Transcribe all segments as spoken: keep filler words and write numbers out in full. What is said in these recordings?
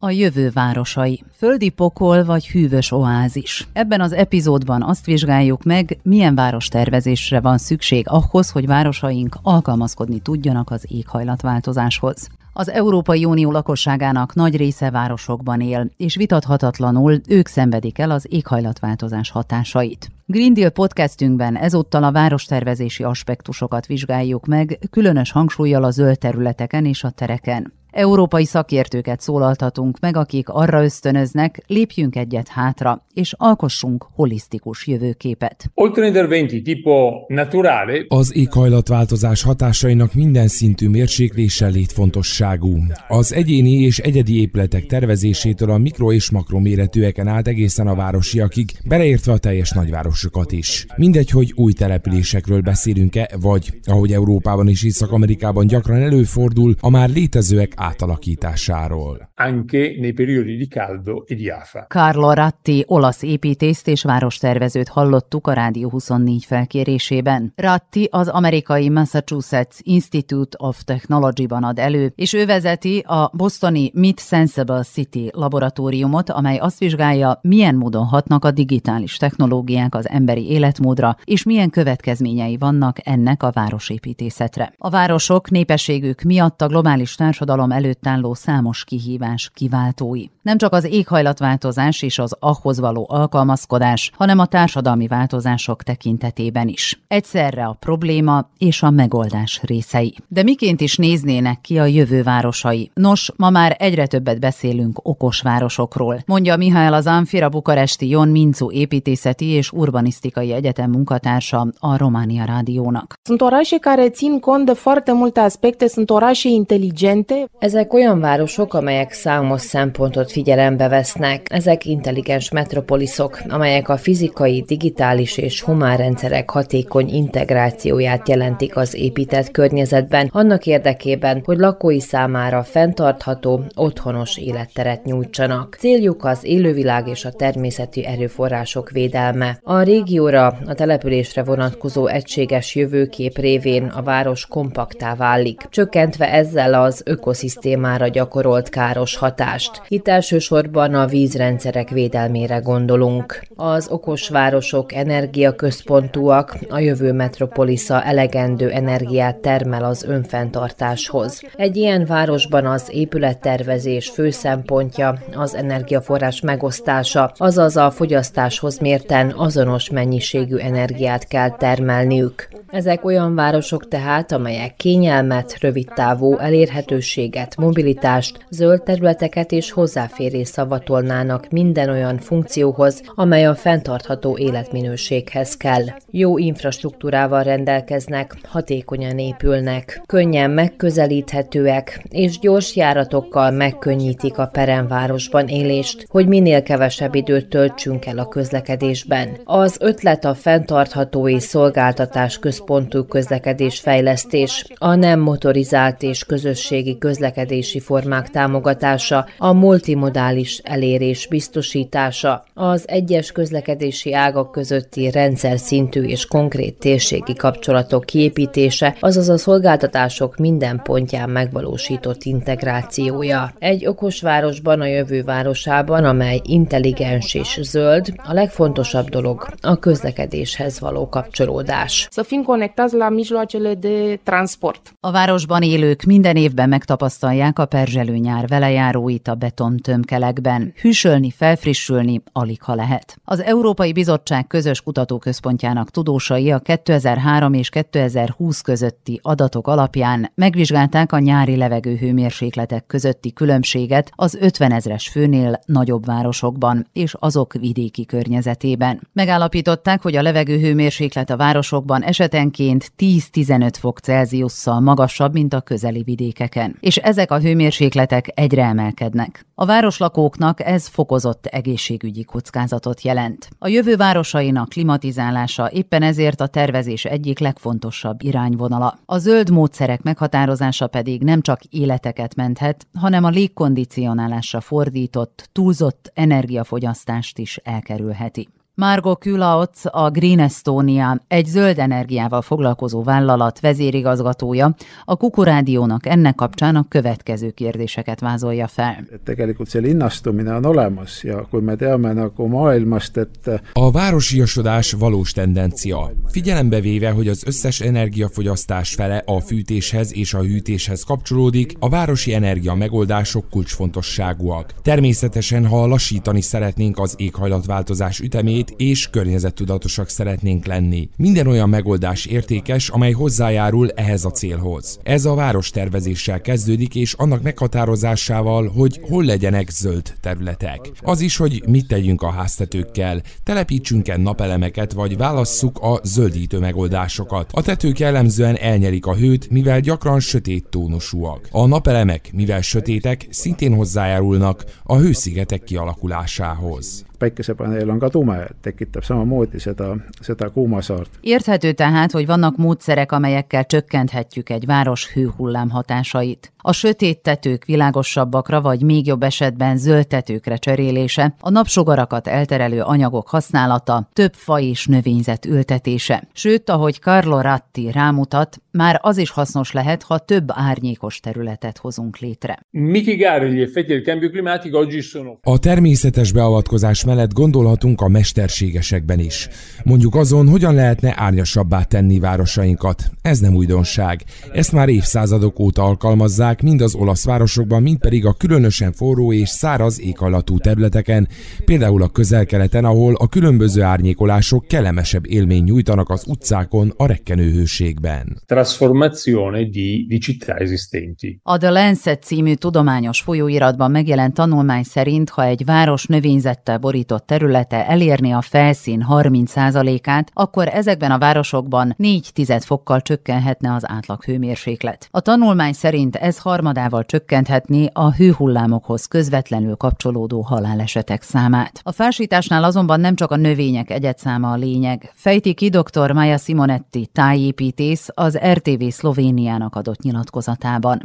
A jövő városai. Földi pokol vagy hűvös oázis. Ebben az epizódban azt vizsgáljuk meg, milyen várostervezésre van szükség ahhoz, hogy városaink alkalmazkodni tudjanak az éghajlatváltozáshoz. Az Európai Unió lakosságának nagy része városokban él, és vitathatatlanul ők szenvedik el az éghajlatváltozás hatásait. Green Deal podcastünkben ezúttal a várostervezési aspektusokat vizsgáljuk meg, különös hangsúllyal a zöld területeken és a tereken. Európai szakértőket szólaltatunk meg, akik arra ösztönöznek, lépjünk egyet hátra, és alkossunk holisztikus jövőképet. Az éghajlatváltozás hatásainak minden szintű mérséklése létfontosságú. Az egyéni és egyedi épületek tervezésétől a mikro- és makroméretűeken át egészen a városiakig, beleértve a teljes nagyvárosokat is. Mindegy, hogy új településekről beszélünk-e, vagy, ahogy Európában és Észak-Amerikában gyakran előfordul, a már létezőek átalakításáról. Anche nei periodi di caldo e di afa. Carlo Ratti, olasz építészt és várostervezőt hallottuk a Rádió huszonnégy felkérésében. Ratti az amerikai Massachusetts Institute of Technology-ban ad elő, és ő vezeti a bostoni Mid Sensible City laboratóriumot, amely azt vizsgálja, milyen módon hatnak a digitális technológiák az emberi életmódra, és milyen következményei vannak ennek a városépítészetre. A városok népességük miatt a globális társadalom előtt álló számos kihívás kiváltói. Nem csak az éghajlatváltozás és az ahhoz való alkalmazkodás, hanem a társadalmi változások tekintetében is. Egyszerre a probléma és a megoldás részei. De miként is néznének ki a jövő városai? Nos, ma már egyre többet beszélünk okos városokról, mondja Mihály Zamfir, a bukaresti Ion Mincu építészeti és urbanisztikai egyetem munkatársa a Románia Rádiónak. Sunt orașe care țin cont de foarte multe aspecte, sunt orașe inteligente. Ezek olyan városok, amelyek számos szempontot figyelembe vesznek. Ezek intelligens metropoliszok, amelyek a fizikai, digitális és humán rendszerek hatékony integrációját jelentik az épített környezetben, annak érdekében, hogy lakói számára fenntartható, otthonos életteret nyújtsanak. Céljuk az élővilág és a természeti erőforrások védelme. A régióra, a településre vonatkozó egységes jövőkép révén a város kompaktá válik, csökkentve ezzel az ökoszisztémára gyakorolt káros hatást. Itt elsősorban a vízrendszerek védelmére gondolunk. Az okos városok energiaközpontúak, a jövő metropolisza elegendő energiát termel az önfenntartáshoz. Egy ilyen városban az épülettervezés fő szempontja az energiaforrás megosztása, azaz a fogyasztáshoz mérten azonos mennyiségű energiát kell termelniük. Ezek olyan városok tehát, amelyek kényelmet, rövidtávú elérhetőséget, mobilitást, zöld területeket és hozzáférést szavatolnának minden olyan funkcióhoz, amely a fenntartható életminőséghez kell. Jó infrastruktúrával rendelkeznek, hatékonyan épülnek, könnyen megközelíthetőek, és gyors járatokkal megkönnyítik a peremvárosban élést, hogy minél kevesebb időt töltsünk el a közlekedésben. Az ötlet a fenntartható és szolgáltatás központú közlekedésfejlesztés, a nem motorizált és közösségi közlekedési formák támogatása, a multimodális elérés biztosítása, az egyes közlekedési ágak közötti rendszer szintű és konkrét térségi kapcsolatok kiépítése, azaz a szolgáltatások minden pontján megvalósított integrációja. Egy okos városban, a jövő városában, amely intelligens és zöld, a legfontosabb dolog a közlekedéshez való kapcsolódás. Să fim conectați la mijloacele de transport. A városban élők minden évben megtapasztalják a perzselő nyár velejáróit a betontömkelekben. Hűsölni, felfrissülni alig ha lehet. Az Európai Bizottság közös kutatóközpontjának tudósai a kétezer-három és kétezer-húsz közötti adatok alapján megvizsgálták a nyári levegőhőmérsékletek közötti különbséget az ötvenezres főnél nagyobb városokban és azok vidéki környezetében. Megállapították, hogy a levegőhőmérséklet a városokban esetenként tíz-tizenöt fok Celsiusszal magasabb, mint a közeli vidékeken, és ezek a hőmérsékletek egyre emelkednek. A városlakóknak ez fokozott egészségügyi kockázatot jelent. A jövő városainak klimatizálása éppen ezért a tervezés egyik legfontosabb irányvonala. A zöld módszerek meghatározása pedig nem csak életeket menthet, hanem a légkondicionálásra fordított, túlzott energiafogyasztást is elkerülheti. Margo Külaoc, a Green Estonia, egy zöld energiával foglalkozó vállalat vezérigazgatója, a Kuku Rádiónak ennek kapcsán a következő kérdéseket vázolja fel. Tegelikult see linnastumine on olemas ja kui me teame nagu maailmast, et a városiasodás valós tendencia. Figyelembe véve, hogy az összes energiafogyasztás fele a fűtéshez és a hűtéshez kapcsolódik, a városi energia megoldások kulcsfontosságúak. Természetesen, ha lassítani szeretnénk az éghajlatváltozás ütemét, és környezettudatosak szeretnénk lenni. Minden olyan megoldás értékes, amely hozzájárul ehhez a célhoz. Ez a várostervezéssel kezdődik, és annak meghatározásával, hogy hol legyenek zöld területek. Az is, hogy mit tegyünk a háztetőkkel, telepítsünk-e napelemeket, vagy válasszuk a zöldítő megoldásokat. A tetők jellemzően elnyelik a hőt, mivel gyakran sötét tónusúak. A napelemek, mivel sötétek, szintén hozzájárulnak a hőszigetek kialakulásához. Päikesepaneel on ka tume, tekitab samamoodi seda, seda kuumasaart. Érthető tehát, hogy vannak módszerek, amelyekkel csökkenthetjük egy város hőhullám hatásait. A sötét tetők világosabbakra vagy még jobb esetben zöld tetőkre cserélése, a napsugarakat elterelő anyagok használata, több faj és növényzet ültetése. Sőt, ahogy Carlo Ratti rámutat, már az is hasznos lehet, ha több árnyékos területet hozunk létre. Mitigare gli effetti del cambio climatico oggi sono. A természetes beavatkozás mellett gondolhatunk a mesterségesekben is. Mondjuk azon, hogyan lehetne árnyasabbá tenni városainkat. Ez nem újdonság. Ezt már évszázadok óta alkalmazzák mind az olasz városokban, mind pedig a különösen forró és száraz éghajlatú területeken, például a Közel-Keleten, ahol a különböző árnyékolások kellemesebb élményt nyújtanak az utcákon a rekkenő hőségben. Trasformazione di, di città esistenti. A The Lancet című tudományos folyóiratban megjelent tanulmány szerint, ha egy város növényzettel borított területe elérné a felszín harminc százalékát, akkor ezekben a városokban négy tized fokkal csökkenhetne az átlag hőmérséklet. A tanulmány szerint ez harmadával csökkenthetné a hőhullámokhoz közvetlenül kapcsolódó halálesetek számát. A fásításnál azonban nem csak a növények egyedszáma a lényeg, fejti ki dr. Maja Simonetti, tájépítész, az er té vé Szlovéniának adott nyilatkozatában.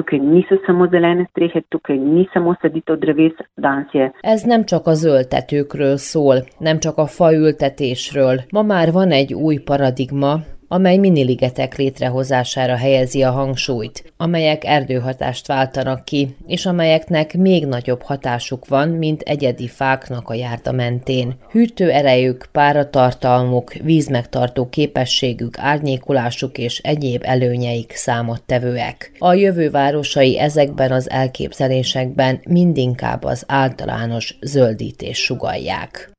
Ez nem csak a zöldtetőkről szól, nem csak a faültetésről. Ma már van egy új paradigma, amely miniligetek létrehozására helyezi a hangsúlyt, amelyek erdőhatást váltanak ki, és amelyeknek még nagyobb hatásuk van, mint egyedi fáknak a járda mentén. Hűtő erejük, páratartalmuk, vízmegtartó képességük, árnyékolásuk és egyéb előnyeik számottevőek. A jövő városai ezekben az elképzelésekben mindinkább az általános zöldítés sugallják.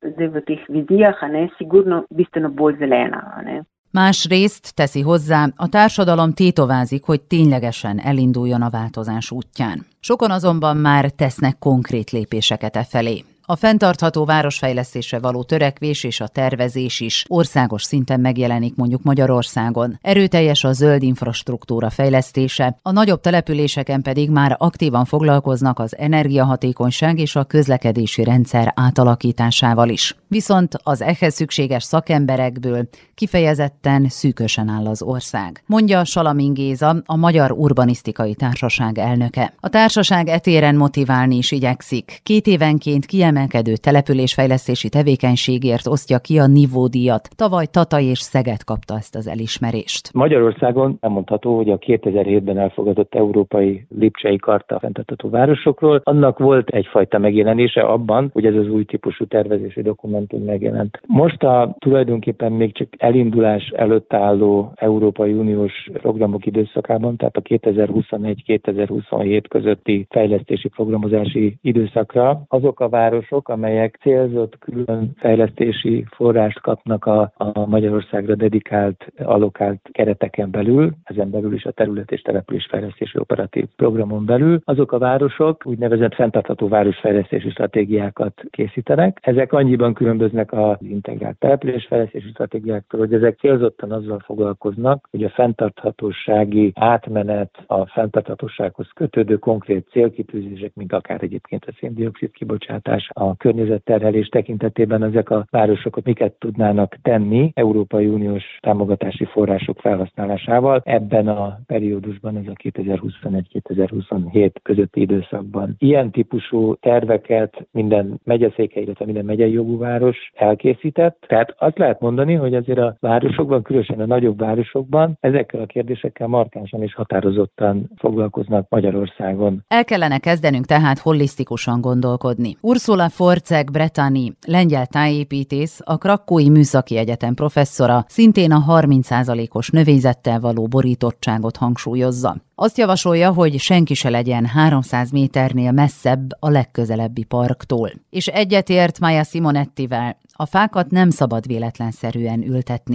Másrészt, teszi hozzá, a társadalom tétovázik, hogy ténylegesen elinduljon a változás útján. Sokan azonban már tesznek konkrét lépéseket e felé. A fenntartható városfejlesztésre való törekvés és a tervezés is országos szinten megjelenik mondjuk Magyarországon. Erőteljes a zöld infrastruktúra fejlesztése, a nagyobb településeken pedig már aktívan foglalkoznak az energiahatékonyság és a közlekedési rendszer átalakításával is. Viszont az ehhez szükséges szakemberekből kifejezetten szűkösen áll az ország, mondja Salamin Géza, a Magyar Urbanisztikai Társaság elnöke. A társaság etéren motiválni is igyekszik. Két évenként kiemelkedő településfejlesztési tevékenységért osztja ki a nivódíjat. Tavaly Tata és Szeged kapta ezt az elismerést. Magyarországon elmondható, hogy a kétezer-hétben elfogadott Európai Lipcsei Karta fenntartható városokról, annak volt egyfajta megjelenése abban, hogy ez az új típusú tervezési dokumentum megjelent. Most a tulajdonképpen még csak elindulás előtt álló Európai Uniós programok időszakában, tehát a kétezer-huszonegy kétezer-huszonhét közötti fejlesztési programozási időszakra azok a városok, amelyek célzott külön fejlesztési forrást kapnak a, a Magyarországra dedikált, allokált kereteken belül, ezen belül is a terület- és településfejlesztési operatív programon belül, azok a városok úgynevezett fenntartható városfejlesztési stratégiákat készítenek. Ezek annyiban különböznek az integrált településfejlesztési stratégiáktól, hogy ezek célzottan azzal foglalkoznak, hogy a fenntarthatósági átmenet, a fenntarthatósághoz kötődő konkrét célkitűzések, mint akár egyébként a szén-dioxid kibocsátás, a környezetterhelés tekintetében ezek a városok miket tudnának tenni Európai Uniós támogatási források felhasználásával ebben a periódusban, ez a kétezer-huszonegy kétezer-huszonhét közötti időszakban. Ilyen típusú terveket minden megyeszékhely, illetve minden megyei jogú város város elkészített. Tehát azt lehet mondani, hogy azért a városokban, különösen a nagyobb városokban ezekkel a kérdésekkel markánsan és határozottan foglalkoznak Magyarországon. El kellene kezdenünk tehát holisztikusan gondolkodni. Ursula Forczek-Bretani, lengyel tájépítész, a Krakói Műszaki Egyetem professzora szintén a harminc százalékos növényzettel való borítottságot hangsúlyozza. Azt javasolja, hogy senki se legyen háromszáz méternél messzebb a legközelebbi parktól. És egyetért Maja Simonettivel, a fákat nem szabad véletlenszerűen ültetni.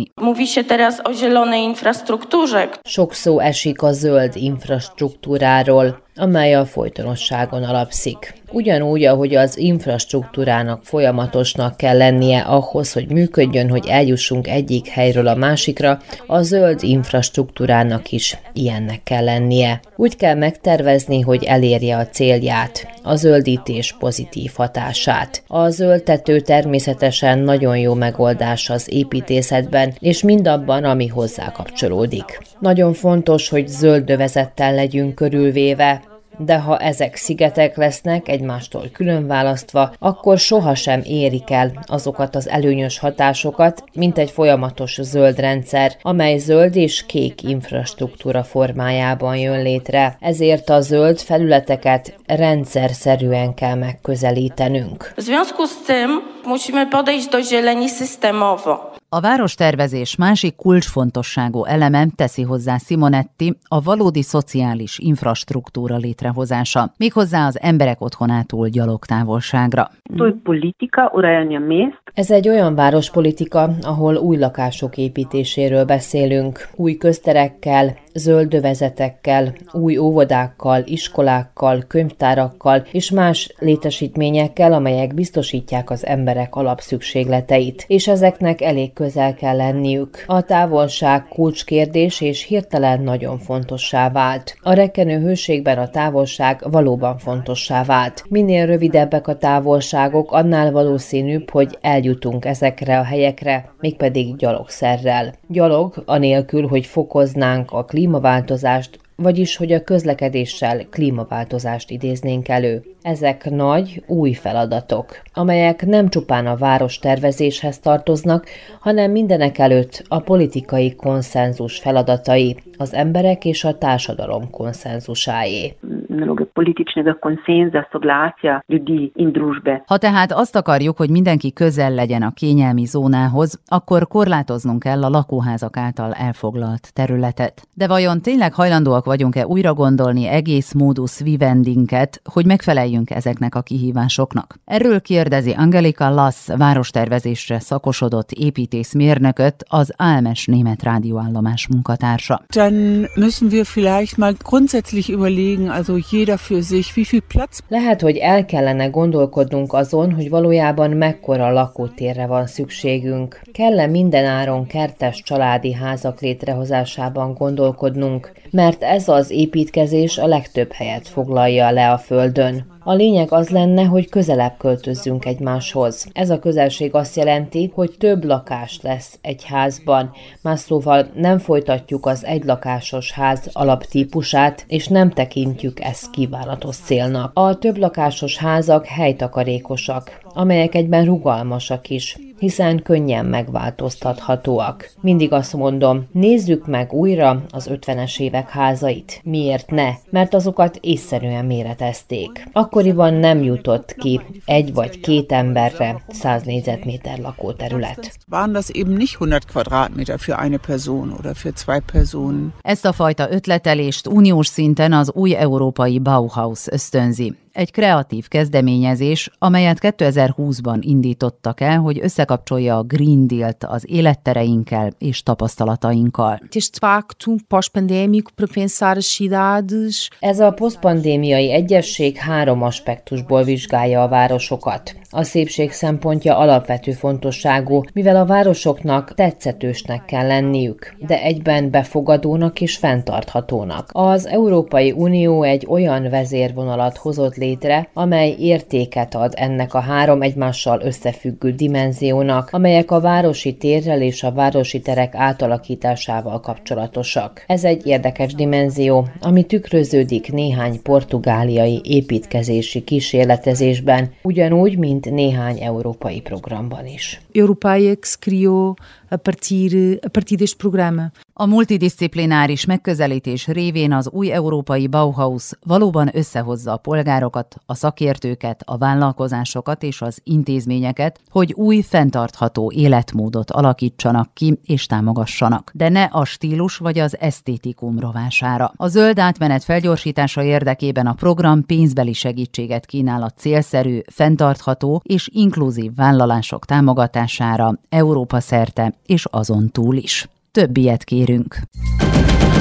Sok szó esik a zöld infrastruktúráról, amely a folytonosságon alapszik. Ugyanúgy, ahogy az infrastruktúrának folyamatosnak kell lennie ahhoz, hogy működjön, hogy eljussunk egyik helyről a másikra, a zöld infrastruktúrának is ilyennek kell lennie. Úgy kell megtervezni, hogy elérje a célját, a zöldítés pozitív hatását. A zöldtető természetesen nagyon jó megoldás az építészetben, és mindabban, ami hozzá kapcsolódik. Nagyon fontos, hogy zöld övezettel legyünk körülvéve, de ha ezek szigetek lesznek, egymástól külön választva, akkor sohasem érik el azokat az előnyös hatásokat, mint egy folyamatos zöld rendszer, amely zöld és kék infrastruktúra formájában jön létre. Ezért a zöld felületeket rendszerszerűen kell megközelítenünk. W związku z tym musimy podejść do zieleni systemowo. A várostervezés másik kulcsfontosságú eleme, teszi hozzá Simonetti, a valódi szociális infrastruktúra létrehozása, méghozzá az emberek otthonától gyalogtávolságra. Ez egy olyan várospolitika, ahol új lakások építéséről beszélünk, új közterekkel, zöld övezetekkel, új óvodákkal, iskolákkal, könyvtárakkal és más létesítményekkel, amelyek biztosítják az emberek alapszükségleteit, és ezeknek elég közel kell lenniük. A távolság kulcskérdés és hirtelen nagyon fontossá vált. A rekkenő hőségben a távolság valóban fontossá vált. Minél rövidebbek a távolságok, annál valószínűbb, hogy eljutunk ezekre a helyekre, mégpedig gyalogszerrel. Gyalog, anélkül, hogy fokoznánk a klímaváltozást, vagyis hogy a közlekedéssel klímaváltozást idéznénk elő. Ezek nagy, új feladatok, amelyek nem csupán a várostervezéshez tartoznak, hanem mindenekelőtt a politikai konszenzus feladatai, az emberek és a társadalom konszenzusáé. Ha tehát azt akarjuk, hogy mindenki közel legyen a kényelmi zónához, akkor korlátoznunk kell a lakóházak által elfoglalt területet. De vajon tényleg hajlandóak vagyunk-e újra gondolni egész modus vivendinket, hogy megfeleljünk ezeknek a kihívásoknak? Erről kérdezi Angelika Lass, várostervezésre szakosodott építészmérnököt, az Álmes német rádióállomás munkatársa. Dann müssen wir vielleicht mal grundsätzlich überlegen, also jeder für sich, wie viel Platz. Lehet, hogy el kellene gondolkodnunk azon, hogy valójában mekkora lakótérre van szükségünk. Kell-e mindenáron kertes családi házak létrehozásában gondolkodnunk, mert ez az építkezés a legtöbb helyet foglalja le a Földön. A lényeg az lenne, hogy közelebb költözzünk egymáshoz. Ez a közelség azt jelenti, hogy több lakás lesz egy házban. Más szóval nem folytatjuk az egylakásos ház alaptípusát, és nem tekintjük ezt kívánatos célnak. A több lakásos házak helytakarékosak, amelyek egyben rugalmasak is, hiszen könnyen megváltoztathatóak. Mindig azt mondom, nézzük meg újra az ötvenes évek házait. Miért ne? Mert azokat észszerűen méretezték. Akkoriban nem jutott ki egy vagy két emberre száz négyzetméter lakóterület. Waren das eben nicht hundert Quadratmeter für eine Person oder für zwei Personen. Ezt a fajta ötletelést uniós szinten az új európai Bauhaus ösztönzi. Egy kreatív kezdeményezés, amelyet kétezer-húszban indítottak el, hogy összekapcsolja a Green Deal-t az élettereinkkel és tapasztalatainkkal. Ez a posztpandémiai egyesség három aspektusból vizsgálja a városokat. A szépség szempontja alapvető fontosságú, mivel a városoknak tetszetősnek kell lenniük, de egyben befogadónak és fenntarthatónak. Az Európai Unió egy olyan vezérvonalat hozott létre, amely értéket ad ennek a három egymással összefüggő dimenziónak, amelyek a városi térrel és a városi terek átalakításával kapcsolatosak. Ez egy érdekes dimenzió, ami tükröződik néhány portugáliai építkezési kísérletezésben, ugyanúgy, mint mint néhány európai programban is. Europaiax criou a partir, a partir deste programa. A multidisciplináris megközelítés révén az új európai Bauhaus valóban összehozza a polgárokat, a szakértőket, a vállalkozásokat és az intézményeket, hogy új, fenntartható életmódot alakítsanak ki és támogassanak, de ne a stílus vagy az esztétikum rovására. A zöld átmenet felgyorsítása érdekében a program pénzbeli segítséget kínál a célszerű, fenntartható és inkluzív vállalások támogatására Európa szerte és azon túl is. Több ilyet kérünk.